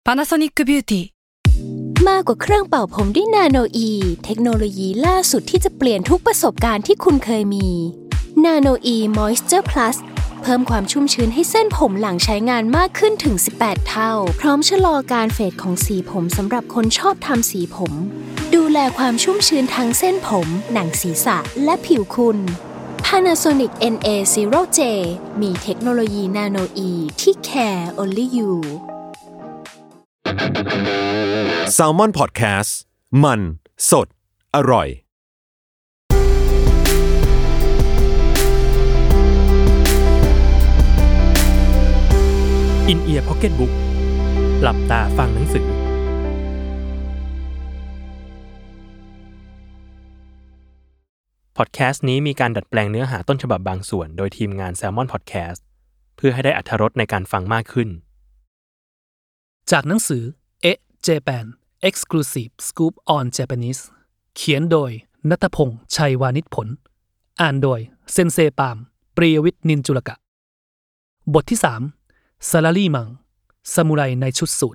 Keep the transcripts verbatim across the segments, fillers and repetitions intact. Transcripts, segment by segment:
Panasonic Beauty มากกว่าเครื่องเป่าผมด้วยนาโนอีเทคโนโลยีล่าสุดที่จะเปลี่ยนทุกประสบการณ์ที่คุณเคยมีนาโนอีมอยส์เจอร์พลัสเพิ่มความชุ่มชื้นให้เส้นผมหลังใช้งานมากขึ้นถึงสิบแปดเท่าพร้อมชะลอการเฟดของสีผมสำหรับคนชอบทำสีผมดูแลความชุ่มชื้นทั้งเส้นผมหนังศีรษะและผิวคุณ Panasonic เอ็น เอ ศูนย์ เจ มีเทคโนโลยีนาโนอีที่ care only you Salmon Podcast มันสดอร่อย In Ear Pocket Book หลับตาฟังหนังสือพอดแคสต์นี้มีการดัดแปลงเนื้อหาต้นฉบับบางส่วนโดยทีมงาน Salmon Podcast เพื่อให้ได้อรรถรสในการฟังมากขึ้นจากหนังสือ เอ๊ะ Japan Exclusive Scoop on Japanese เขียนโดยณัฐพงษ์ชัยวานิชผลอ่านโดยเซนเซปามปรียวิทย์นินจุลกะบทที่สามซาลารีมังซามูไรในชุดสูท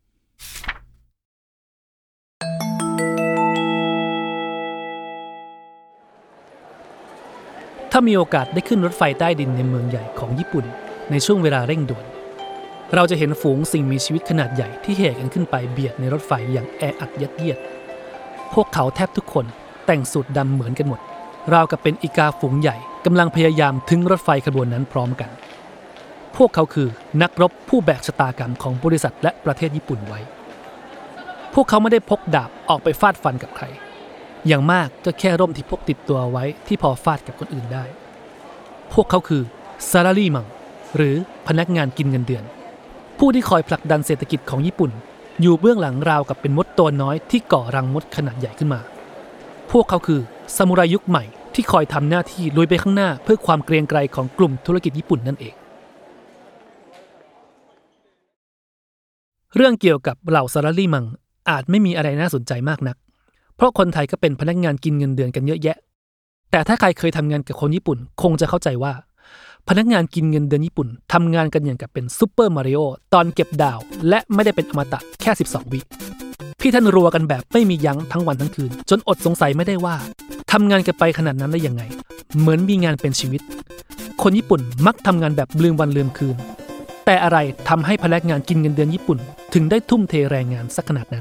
ถ้ามีโอกาสได้ขึ้นรถไฟใต้ดินในเมืองใหญ่ของญี่ปุ่นในช่วงเวลาเร่งด่วนเราจะเห็นฝูงสิ่งมีชีวิตขนาดใหญ่ที่แห่กันขึ้นไปเบียดในรถไฟอย่างแออัดยัดเยียดพวกเขาแทบทุกคนแต่งสูทดำเหมือนกันหมดราวกับเป็นอีกาฝูงใหญ่กำลังพยายามถึงรถไฟขบวนนั้นพร้อมกันพวกเขาคือนักรบผู้แบกชะตากรรมของบริษัทและประเทศญี่ปุ่นไว้พวกเขาไม่ได้พกดาบออกไปฟาดฟันกับใครอย่างมากก็แค่ร่มที่พกติดตัวไว้ที่พอฟาดกับคนอื่นได้พวกเขาคือซาลารีมังหรือพนักงานกินเงินเดือนผู้ที่คอยผลักดันเศรษฐกิจของญี่ปุ่นอยู่เบื้องหลังราวกับเป็นมดตัวน้อยที่ก่อรังมดขนาดใหญ่ขึ้นมาพวกเขาคือซามูไรยุคใหม่ที่คอยทำหน้าที่ลุยไปข้างหน้าเพื่อความเกรียงไกรของกลุ่มธุรกิจญี่ปุ่นนั่นเองเรื่องเกี่ยวกับเหล่าซาลารีมังอาจไม่มีอะไรน่าสนใจมากนักเพราะคนไทยก็เป็นพนักงานกินเงินเดือนกันเยอะแยะแต่ถ้าใครเคยทำงานกับคนญี่ปุ่นคงจะเข้าใจว่าพนักงานกินเงินเดือนญี่ปุ่นทำงานกันอย่างกับเป็นซุปเปอร์มาริโอตอนเก็บดาวและไม่ได้เป็นอมตะแค่สิบสองวิพี่ท่านรัวกันแบบไม่มียั้งทั้งวันทั้งคืนจนอดสงสัยไม่ได้ว่าทำงานกันไปขนาดนั้นได้ยังไงเหมือนมีงานเป็นชีวิตคนญี่ปุ่นมักทำงานแบบลืมวันลืมคืนแต่อะไรทำให้พนักงานกินเงินเดือนญี่ปุ่นถึงได้ทุ่มเทแรงงานสักขนาดนั้น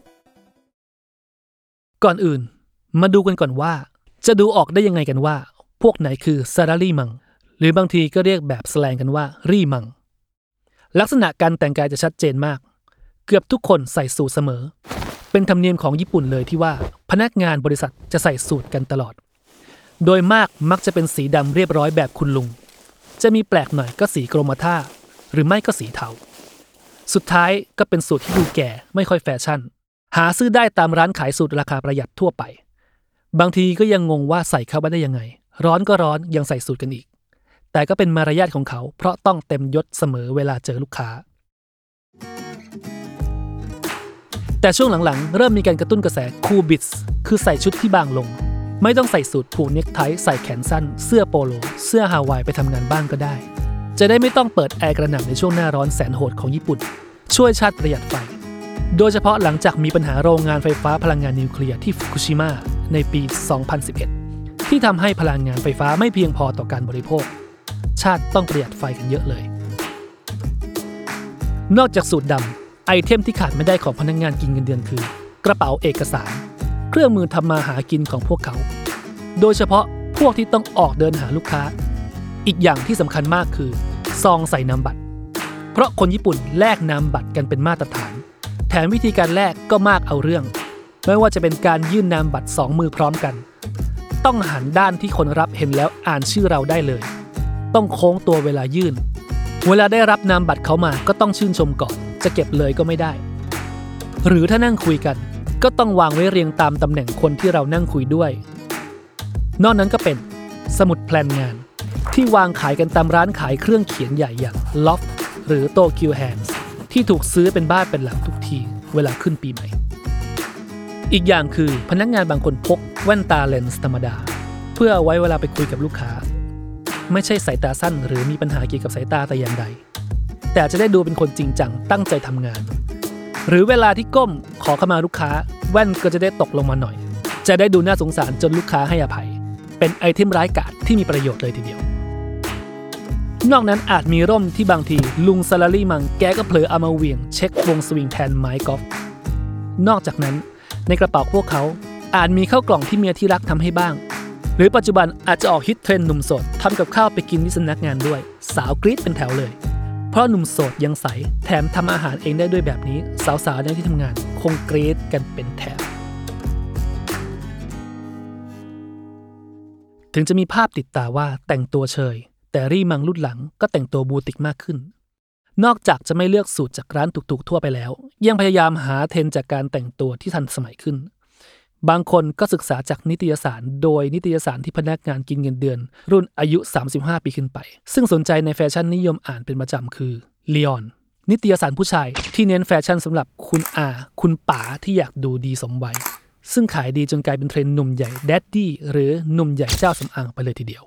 ก่อนอื่นมาดูกันก่อนว่าจะดูออกได้ยังไงกันว่าพวกไหนคือซาลารีมังหรือบางทีก็เรียกแบบแสลงกันว่ารีมังลักษณะการแต่งกายจะชัดเจนมากเกือบทุกคนใส่สูทเสมอเป็นธรรมเนียมของญี่ปุ่นเลยที่ว่าพนักงานบริษัทจะใส่สูทกันตลอดโดยมากมักจะเป็นสีดำเรียบร้อยแบบคุณลุงจะมีแปลกหน่อยก็สีโกรมาท่าหรือไม่ก็สีเทาสุดท้ายก็เป็นสูทที่ดูแก่ไม่ค่อยแฟชั่นหาซื้อได้ตามร้านขายสูทราคาประหยัดทั่วไปบางทีก็ยังงงว่าใส่เข้าไปได้ยังไงร้อนก็ร้อนยังใส่สูทกันอีกแต่ก็เป็นมารยาทของเขาเพราะต้องเต็มยศเสมอเวลาเจอลูกค้าแต่ช่วงหลังๆเริ่มมีการกระตุ้นกระแสคูลบิทส์คือใส่ชุดที่บางลงไม่ต้องใส่สูทผูกเนคไทใส่แขนสั้นเสื้อโปโลเสื้อฮาวายไปทำงานบ้างก็ได้จะได้ไม่ต้องเปิดแอร์กระหน่ำในช่วงหน้าร้อนแสนโหดของญี่ปุ่นช่วยชาติประหยัดไฟโดยเฉพาะหลังจากมีปัญหาโรงงานไฟฟ้าพลังงานนิวเคลียร์ที่ฟุกุชิมะในปีสองพันสิบเอ็ดที่ทำให้พลังงานไฟฟ้าไม่เพียงพอต่อการบริโภคชาติต้องประหยัดไฟกันเยอะเลยนอกจากสูทดำไอเทมที่ขาดไม่ได้ของพนักงานกินเงินเดือนคือกระเป๋าเอกสารเครื่องมือทำมาหากินของพวกเขาโดยเฉพาะพวกที่ต้องออกเดินหาลูกค้าอีกอย่างที่สำคัญมากคือซองใส่นามบัตรเพราะคนญี่ปุ่นแลกนามบัตรกันเป็นมาตรฐานแถมวิธีการแลกก็มากเอาเรื่องไม่ว่าจะเป็นการยื่นนามบัตรสองมือพร้อมกันต้องหันด้านที่คนรับเห็นแล้วอ่านชื่อเราได้เลยต้องโค้งตัวเวลายื่นเวลาได้รับนามบัตรเขามาก็ต้องชื่นชมก่อนจะเก็บเลยก็ไม่ได้หรือถ้านั่งคุยกันก็ต้องวางไว้เรียงตามตำแหน่งคนที่เรานั่งคุยด้วยนอกนั้นก็เป็นสมุดแพลนงานที่วางขายกันตามร้านขายเครื่องเขียนใหญ่อย่าง Loft หรือ Tokyo Hands ที่ถูกซื้อเป็นบ้านเป็นหลังทุกทีเวลาขึ้นปีใหม่อีกอย่างคือพนักงานบางคนพกแว่นตาเลนส์ธรรมดาเพื่อเอาไว้เวลาไปคุยกับลูกค้าไม่ใช่สายตาสั้นหรือมีปัญหาเกี่ยวกับสายตาแต่อย่างใดแต่จะได้ดูเป็นคนจริงจังตั้งใจทำงานหรือเวลาที่ก้มขอเข้ามาลูกค้าแว่นก็จะได้ตกลงมาหน่อยจะได้ดูน่าสงสารจนลูกค้าให้อภัยเป็นไอเทมร้ายกาจที่มีประโยชน์เลยทีเดียวนอกนั้นอาจมีร่มที่บางทีลุงซาลารี่มังแกก็เผลอเอามาเหวี่ยงเช็ควงสวิงแทนไม้กอล์ฟนอกจากนั้นในกระเป๋าพวกเขาอาจมีข้าวกล่องที่เมียที่รักทำให้บ้างหรือปัจจุบันอาจจะออกฮิตเทรนด์หนุ่มโสดทำกับข้าวไปกินที่สำนักงานด้วยสาวกรี๊ดเป็นแถวเลยเพราะหนุ่มโสดยังใสแถมทำอาหารเองได้ด้วยแบบนี้สาวๆในที่ทำงานคงกรี๊ดกันเป็นแถวถึงจะมีภาพติดตาว่าแต่งตัวเชยแต่รี่มังรุ่นหลังก็แต่งตัวบูติกมากขึ้นนอกจากจะไม่เลือกสูตรจากร้านถูกๆทั่วไปแล้วยังพยายามหาเทรนด์จากการแต่งตัวที่ทันสมัยขึ้นบางคนก็ศึกษาจากนิตยสารโดยนิตยสารที่พนักงานกินเงินเดือนรุ่นอายุสามสิบห้าปีขึ้นไปซึ่งสนใจในแฟชั่นนิยมอ่านเป็นประจำคือ Leon นิตยสารผู้ชายที่เน้นแฟชั่นสำหรับคุณอาคุณป๋าที่อยากดูดีสมวัยซึ่งขายดีจนกลายเป็นเทรนด์หนุ่มใหญ่แดดดี้หรือหนุ่มใหญ่เจ้าสำอางไปเลยทีเดียว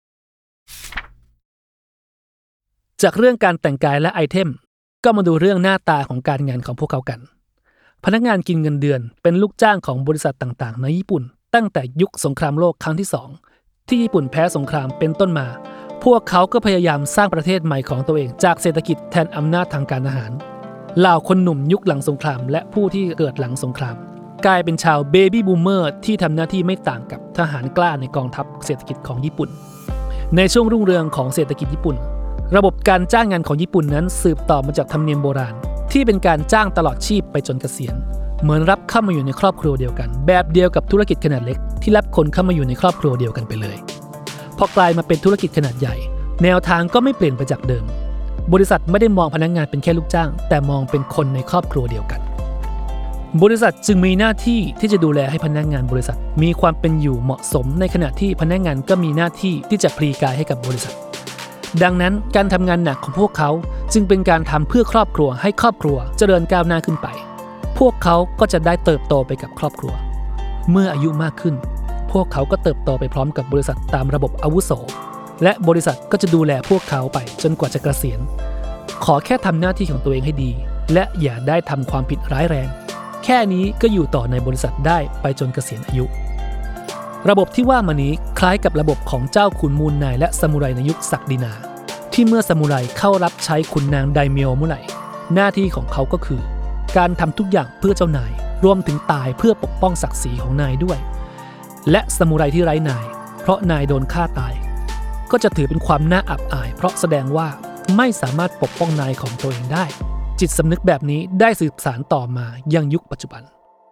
จากเรื่องการแต่งกายและไอเทมก็มาดูเรื่องหน้าตาของการงานของพวกเขากันพนักงานกินเงินเดือนเป็นลูกจ้างของบริษัทต่างๆในญี่ปุ่นตั้งแต่ยุคสงครามโลกครั้งที่สองที่ญี่ปุ่นแพ้สงครามเป็นต้นมาพวกเขาก็พยายามสร้างประเทศใหม่ของตัวเองจากเศรษฐกิจแทนอำนาจทางการทหารเหล่าคนหนุ่มยุคหลังสงครามและผู้ที่เกิดหลังสงครามกลายเป็นชาวเบบี้บูมเมอร์ที่ทำหน้าที่ไม่ต่างกับทหารกล้าในกองทัพเศรษฐกิจของญี่ปุ่นในช่วงรุ่งเรืองของเศรษฐกิจญี่ปุ่นระบบการจ้างงานของญี่ปุ่นนั้นสืบต่อมาจากธรรมเนียมโบราณที่เป็นการจ้างตลอดชีพไปจนเกษียณเหมือนรับเข้ามาอยู่ในครอบครัวเดียวกันแบบเดียวกับธุรกิจขนาดเล็กที่รับคนเข้ามาอยู่ในครอบครัวเดียวกันไปเลยพอกลายมาเป็นธุรกิจขนาดใหญ่แนวทางก็ไม่เปลี่ยนไปจากเดิมบริษัทไม่ได้มองพนักงานเป็นแค่ลูกจ้างแต่มองเป็นคนในครอบครัวเดียวกันบริษัทจึงมีหน้าที่ที่จะดูแลให้พนักงานบริษัทมีความเป็นอยู่เหมาะสมในขณะที่พนักงานก็มีหน้าที่ที่จะพลีกายให้กับบริษัทดังนั้นการทำงานหนักของพวกเขาจึงเป็นการทำเพื่อครอบครัวให้ครอบครัวเจริญก้าวหน้าขึ้นไปพวกเขาก็จะได้เติบโตไปกับครอบครัวเมื่ออายุมากขึ้นพวกเขาก็เติบโตไปพร้อมกับบริษัทตามระบบอาวุโสและบริษัทก็จะดูแลพวกเขาไปจนกว่าจะเกษียณขอแค่ทำหน้าที่ของตัวเองให้ดีและอย่าได้ทำความผิดร้ายแรงแค่นี้ก็อยู่ต่อในบริษัทได้ไปจนเกษียณอายุระบบที่ว่ามานี้คล้ายกับระบบของเจ้าขุนมูลนายและซามูไรในยุคศักดินาที่เมื่อซามูไรเข้ารับใช้ขุนนางไดเมียวเมื่อไหร่หน้าที่ของเขาก็คือการทำทุกอย่างเพื่อเจ้านายรวมถึงตายเพื่อปกป้องศักดิ์ศรีของนายด้วยและซามูไรที่ไร้นายเพราะนายโดนฆ่าตายก็จะถือเป็นความน่าอับอายเพราะแสดงว่าไม่สามารถปกป้องนายของตัวเองได้จิตสำนึกแบบนี้ได้สืบสานต่อมายังยุคปัจจุบัน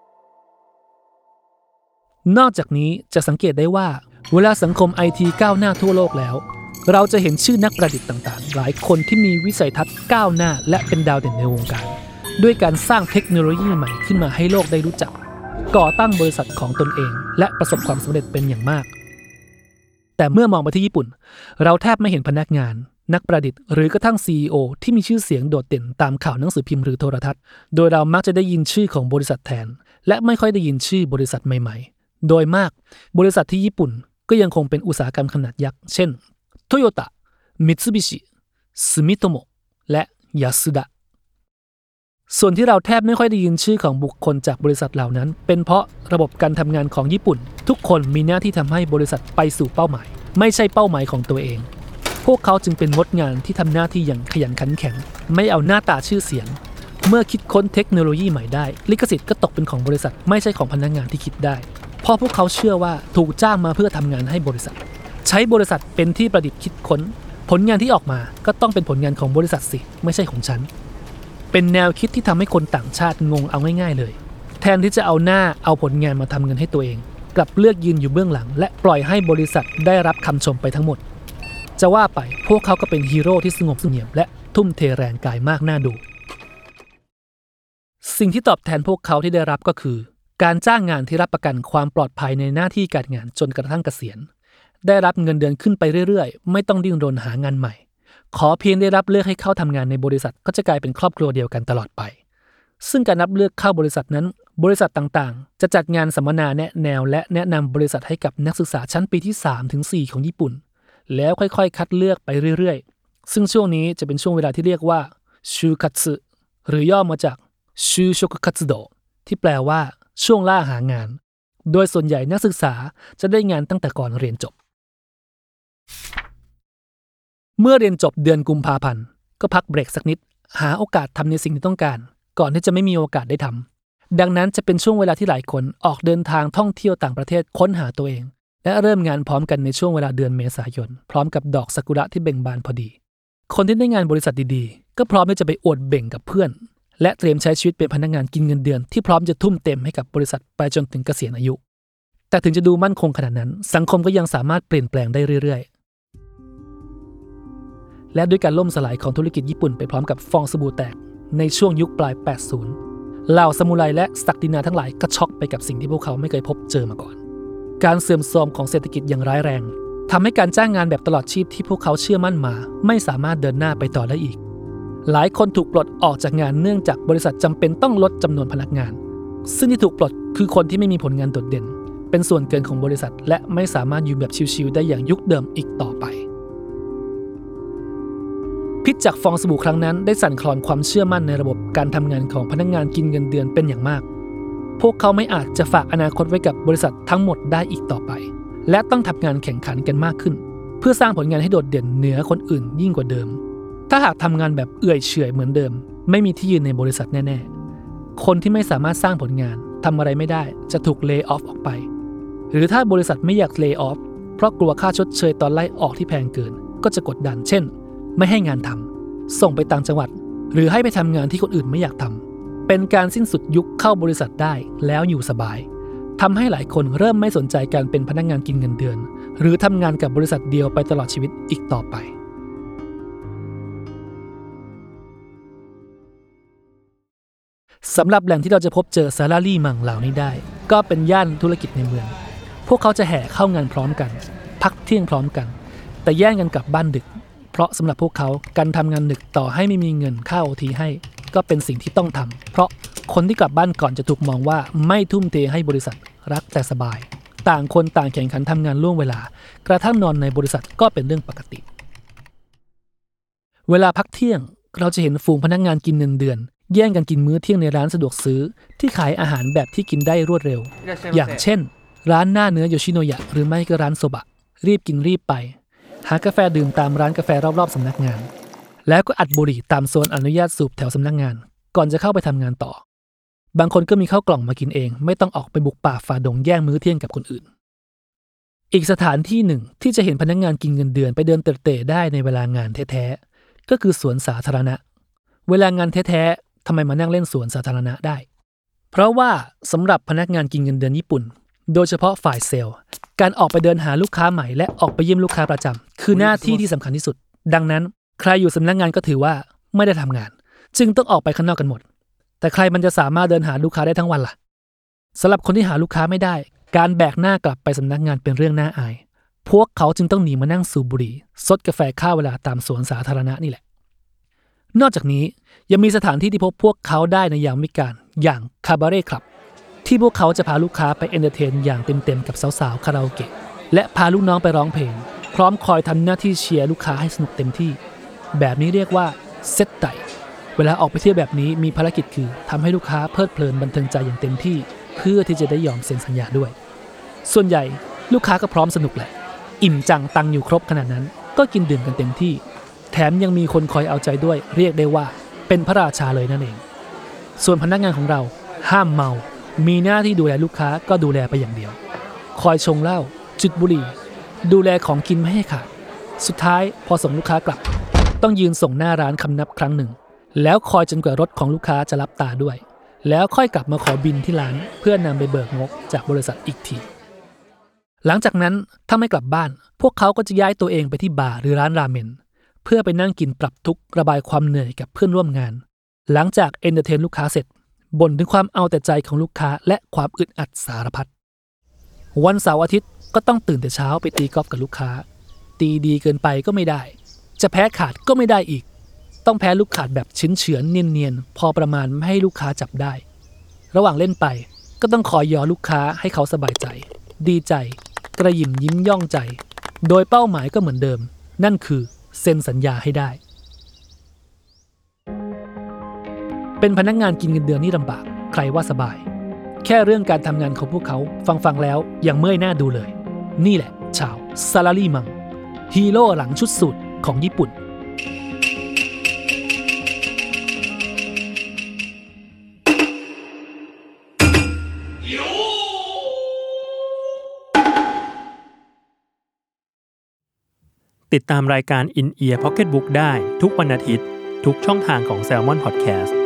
นอกจากนี้จะสังเกตได้ว่าเวลาสังคมไอทีก้าวหน้าทั่วโลกแล้วเราจะเห็นชื่อนักประดิษฐ์ต่างๆหลายคนที่มีวิสัยทัศน์ก้าวหน้าและเป็นดาวเด่นในวงการด้วยการสร้างเทคโนโลยีใหม่ขึ้นมาให้โลกได้รู้จักก่อตั้งบริษัทของตนเองและประสบความสำเร็จเป็นอย่างมากแต่เมื่อมองไปที่ญี่ปุ่นเราแทบไม่เห็นพนักงานนักประดิษฐ์หรือกระทั่ง ซี อี โอ ที่มีชื่อเสียงโดดเด่นตามข่าวหนังสือพิมพ์หรือโทรทัศน์โดยเรามักจะได้ยินชื่อของบริษัทแทนและไม่ค่อยได้ยินชื่อบริษัทใหม่ๆโดยมากบริษัทที่ญี่ปุ่นก็ยังคงเป็นอุตสาหกรรมขนาดยักษ์เช่นโตโยต้ามิตซูบิชิซูมิโตโมะและยาสึดะส่วนที่เราแทบไม่ค่อยได้ยินชื่อของบุคคลจากบริษัทเหล่านั้นเป็นเพราะระบบการทำงานของญี่ปุ่นทุกคนมีหน้าที่ทำให้บริษัทไปสู่เป้าหมายไม่ใช่เป้าหมายของตัวเองพวกเขาจึงเป็นมดงานที่ทำหน้าที่อย่างขยันขันแข็งไม่เอาหน้าตาชื่อเสียงเมื่อคิดค้นเทคโนโลยีใหม่ได้ลิขสิทธิ์ก็ตกเป็นของบริษัทไม่ใช่ของพนักงานที่คิดได้เพราะพวกเขาเชื่อว่าถูกจ้างมาเพื่อทำงานให้บริษัทใช้บริษัทเป็นที่ประดิษฐ์คิดค้นผลงานที่ออกมาก็ต้องเป็นผลงานของบริษัทสิไม่ใช่ของฉันเป็นแนวคิดที่ทำให้คนต่างชาติงงเอาง่ายๆเลยแทนที่จะเอาหน้าเอาผลงานมาทำเงินให้ตัวเองกลับเลือกยืนอยู่เบื้องหลังและปล่อยให้บริษัทได้รับคำชมไปทั้งหมดจะว่าไปพวกเขาก็เป็นฮีโร่ที่สงบเสงี่ยมและทุ่มเทแรงกายมากน่าดูสิ่งที่ตอบแทนพวกเขาที่ได้รับก็คือการจ้างงานที่รับประกันความปลอดภัยในหน้าที่การงานจนกระทั่งเกษียณได้รับเงินเดือนขึ้นไปเรื่อยๆไม่ต้องดิ้นรนหางานใหม่ขอเพียงได้รับเลือกให้เข้าทำงานในบริษัทก็จะกลายเป็นครอบครัวเดียวกันตลอดไปซึ่งการรับเลือกเข้าบริษัทนั้นบริษัทต่างๆจะจัดงานสัมมนาแนะแนวและแนะนำบริษัทให้กับนักศึกษาชั้นปีที่ สามถึงสี่ ของญี่ปุ่นแล้วค่อยๆคัดเลือกไปเรื่อยๆซึ่งช่วงนี้จะเป็นช่วงเวลาที่เรียกว่าชูคัตสึหรือย่อมาจากชูโชกุคัตสึโดะที่แปลว่าช่วงล่าหางานโดยส่วนใหญ่นักศึกษาจะได้งานตั้งแต่ก่อนเรียนจบเมื่อเรียนจบเดือนกุมภาพันธ์ก็พักเบรกสักนิดหาโอกาสทำในสิ่งที่ต้องการก่อนที่จะไม่มีโอกาสได้ทำดังนั้นจะเป็นช่วงเวลาที่หลายคนออกเดินทางท่องเที่ยวต่างประเทศค้นหาตัวเองและเริ่มงานพร้อมกันในช่วงเวลาเดือนเมษายนพร้อมกับดอกซากุระที่เบ่งบานพอดีคนที่ได้งานบริษัทดีๆก็พร้อมที่จะไปอวดเบ่งกับเพื่อนและเตรียมใช้ชีวิตเป็นพนักงานกินเงินเดือนที่พร้อมจะทุ่มเต็มให้กับบริษัทไปจนถึงเกษียณอายุแต่ถึงจะดูมั่นคงขนาดนั้นสังคมก็ยังสามารถเปลี่ยนแปลงได้เรื่อยๆและด้วยการล่มสลายของธุรกิจญี่ปุ่นไปพร้อมกับฟองสบู่แตกในช่วงยุคปลาย แปดสิบ เหล่าซามูไรและศักดินาทั้งหลายก็ช็อกไปกับสิ่งที่พวกเขาไม่เคยพบเจอมาก่อนการเสื่อมโทรมของเศรษฐกิจอย่างร้ายแรงทำให้การจ้างงานแบบตลอดชีพที่พวกเขาเชื่อมั่นมาไม่สามารถเดินหน้าไปต่อได้อีกหลายคนถูกปลดออกจากงานเนื่องจากบริษัทจำเป็นต้องลดจำนวนพนักงานซึ่งที่ถูกปลดคือคนที่ไม่มีผลงานโดดเด่นเป็นส่วนเกินของบริษัทและไม่สามารถอยู่แบบชิลๆได้อย่างยุคเดิมอีกต่อไปพิษจากฟองสบู่ครั้งนั้นได้สั่นคลอนความเชื่อมั่นในระบบการทำงานของพนักงานกินเงินเดือนเป็นอย่างมากพวกเขาไม่อาจจะฝากอนาคตไว้กับบริษัททั้งหมดได้อีกต่อไปและต้องทำงานแข่งขันกันมากขึ้นเพื่อสร้างผลงานให้โดดเด่นเหนือคนอื่นยิ่งกว่าเดิมถ้าหากทำงานแบบเอื่อยเฉื่อยเหมือนเดิมไม่มีที่ยืนในบริษัทแน่ๆคนที่ไม่สามารถสร้างผลงานทำอะไรไม่ได้จะถูกเลย์ออฟออกไปหรือถ้าบริษัทไม่อยากเลย์ออฟเพราะกลัวค่าชดเชยตอนไล่ออกที่แพงเกินก็จะกดดันเช่นไม่ให้งานทำส่งไปต่างจังหวัดหรือให้ไปทำงานที่คนอื่นไม่อยากทำเป็นการสิ้นสุดยุคเข้าบริษัทได้แล้วอยู่สบายทำให้หลายคนเริ่มไม่สนใจการเป็นพนักงานกินเงินเดือนหรือทำงานกับบริษัทเดียวไปตลอดชีวิตอีกต่อไปสำหรับแหล่งที่เราจะพบเจอซาลารี่มังเหล่านี้ได้ก็เป็นย่านธุรกิจในเมืองพวกเขาจะแห่เข้างานพร้อมกันพักเที่ยงพร้อมกันแต่แย่งกันกลับบ้านดึกเพราะสำหรับพวกเขาการทำงานดึกต่อให้ไม่มีเงินค่า โอ ที ให้ก็เป็นสิ่งที่ต้องทำเพราะคนที่กลับบ้านก่อนจะถูกมองว่าไม่ทุ่มเทให้บริษัทรักแต่สบายต่างคนต่างแข่งขันทำงานล่วงเวลากระทั่งนอนในบริษัทก็เป็นเรื่องปกติเวลาพักเที่ยงเราจะเห็นฝูงพนักงานกินเงินเดือนแย่งกันกินมื้อเที่ยงในร้านสะดวกซื้อที่ขายอาหารแบบที่กินได้รวดเร็วอย่างเช่นร้านหน้าเนื้อโยชิโนยะหรือไม่ก็ร้านโซบะรีบกินรีบไปหากาแฟดื่มตามร้านกาแฟรอบๆสำนักงานแล้วก็อัดบุหรี่ตามโซนอนุญาตสูบแถวสำนักงานก่อนจะเข้าไปทำงานต่อบางคนก็มีข้าวกล่องมากินเองไม่ต้องออกไปบุกป่าฝ่าดงแย่งมื้อเที่ยงกับคนอื่นอีกสถานที่หนึ่งที่จะเห็นพนักงานกินเงินเดือนไปเดินเตะๆได้ในเวลางานแท้ๆก็คือสวนสาธารณะเวลางานแท้ๆทำไมมานั่งเล่นสวนสาธารณะได้เพราะว่าสำหรับพนักงานกินเงินเดือนญี่ปุ่นโดยเฉพาะฝ่ายเซลล์การออกไปเดินหาลูกค้าใหม่และออกไปเยี่ยมลูกค้าประจำคือหน้าที่ที่สำคัญที่สุดดังนั้นใครอยู่สำนักงานก็ถือว่าไม่ได้ทำงานจึงต้องออกไปข้างนอกกันหมดแต่ใครมันจะสามารถเดินหาลูกค้าได้ทั้งวันล่ะสำหรับคนที่หาลูกค้าไม่ได้การแบกหน้ากลับไปสำนักงานเป็นเรื่องน่าอายพวกเขาจึงต้องหนีมานั่งสูบบุหรี่ซดกาแฟข้าวเวลาตามสวนสาธารณะนี่แหละนอกจากนี้ยังมีสถานที่ที่พบพวกเขาได้ในยามวิกาลอย่างคาบาเร่คลับที่พวกเขาจะพาลูกค้าไปเอนเตอร์เทนอย่างเต็มๆกับสาวๆคาราโอเกะและพาลูกน้องไปร้องเพลงพร้อมคอยทำหน้าที่เชียร์ลูกค้าให้สนุกเต็มที่แบบนี้เรียกว่าเซตไตเวลาออกไปเที่ยวแบบนี้มีภารกิจคือทำให้ลูกค้าเพลิดเพลินบันเทิงใจอย่างเต็มที่เพื่อที่จะได้ยอมเซ็นสัญญาด้วยส่วนใหญ่ลูกค้าก็พร้อมสนุกแหละอิ่มจังตังอยู่ครบขนาดนั้นก็กินดื่มกันเต็มที่แถมยังมีคนคอยเอาใจด้วยเรียกได้ว่าเป็นพระราชาเลยนั่นเองส่วนพนักงานของเราห้ามเมามีหน้าที่ดูแลลูกค้าก็ดูแลไปอย่างเดียวคอยชงเหล้าจุดบุหรี่ดูแลของกินไม่ให้ขาดสุดท้ายพอส่งลูกค้ากลับต้องยืนส่งหน้าร้านคำนับครั้งหนึ่งแล้วคอยจนกว่ารถของลูกค้าจะรับตาด้วยแล้วค่อยกลับมาขอบินที่ร้านเพื่อนำไปเบิกงบจากบริษัทอีกทีหลังจากนั้นถ้าไม่กลับบ้านพวกเขาก็จะย้ายตัวเองไปที่บาร์หรือร้านราเมนเพื่อไปนั่งกินปรับทุกข์ระบายความเหนื่อยกับเพื่อนร่วมงานหลังจากเอนเตอร์เทนลูกค้าเสร็จบ่นถึงความเอาแต่ใจของลูกค้าและความอึดอัดสารพัดวันเสาร์อาทิตย์ก็ต้องตื่นแต่เช้าไปตีกอล์ฟกับลูกค้าตีดีเกินไปก็ไม่ได้จะแพ้ขาดก็ไม่ได้อีกต้องแพ้ลูกขาดแบบชิ้นเฉือนเนียนๆพอประมาณไม่ให้ลูกค้าจับได้ระหว่างเล่นไปก็ต้องคอยยอลูกค้าให้เขาสบายใจดีใจกระหยิ่มยิ้มย่องใจโดยเป้าหมายก็เหมือนเดิมนั่นคือเซ็นสัญญาให้ได้เป็นพนักงานกินเงินเดือนนี่ลำบากใครว่าสบายแค่เรื่องการทำงานของพวกเขาฟังๆแล้วยังเมื่อยหน้าดูเลยนี่แหละชาวซาลารีมังฮีโร่หลังชุดสูทของญี่ปุ่นติดตามรายการ In Ear Pocket Book ได้ทุกวันอาทิตย์ทุกช่องทางของ Salmon Podcast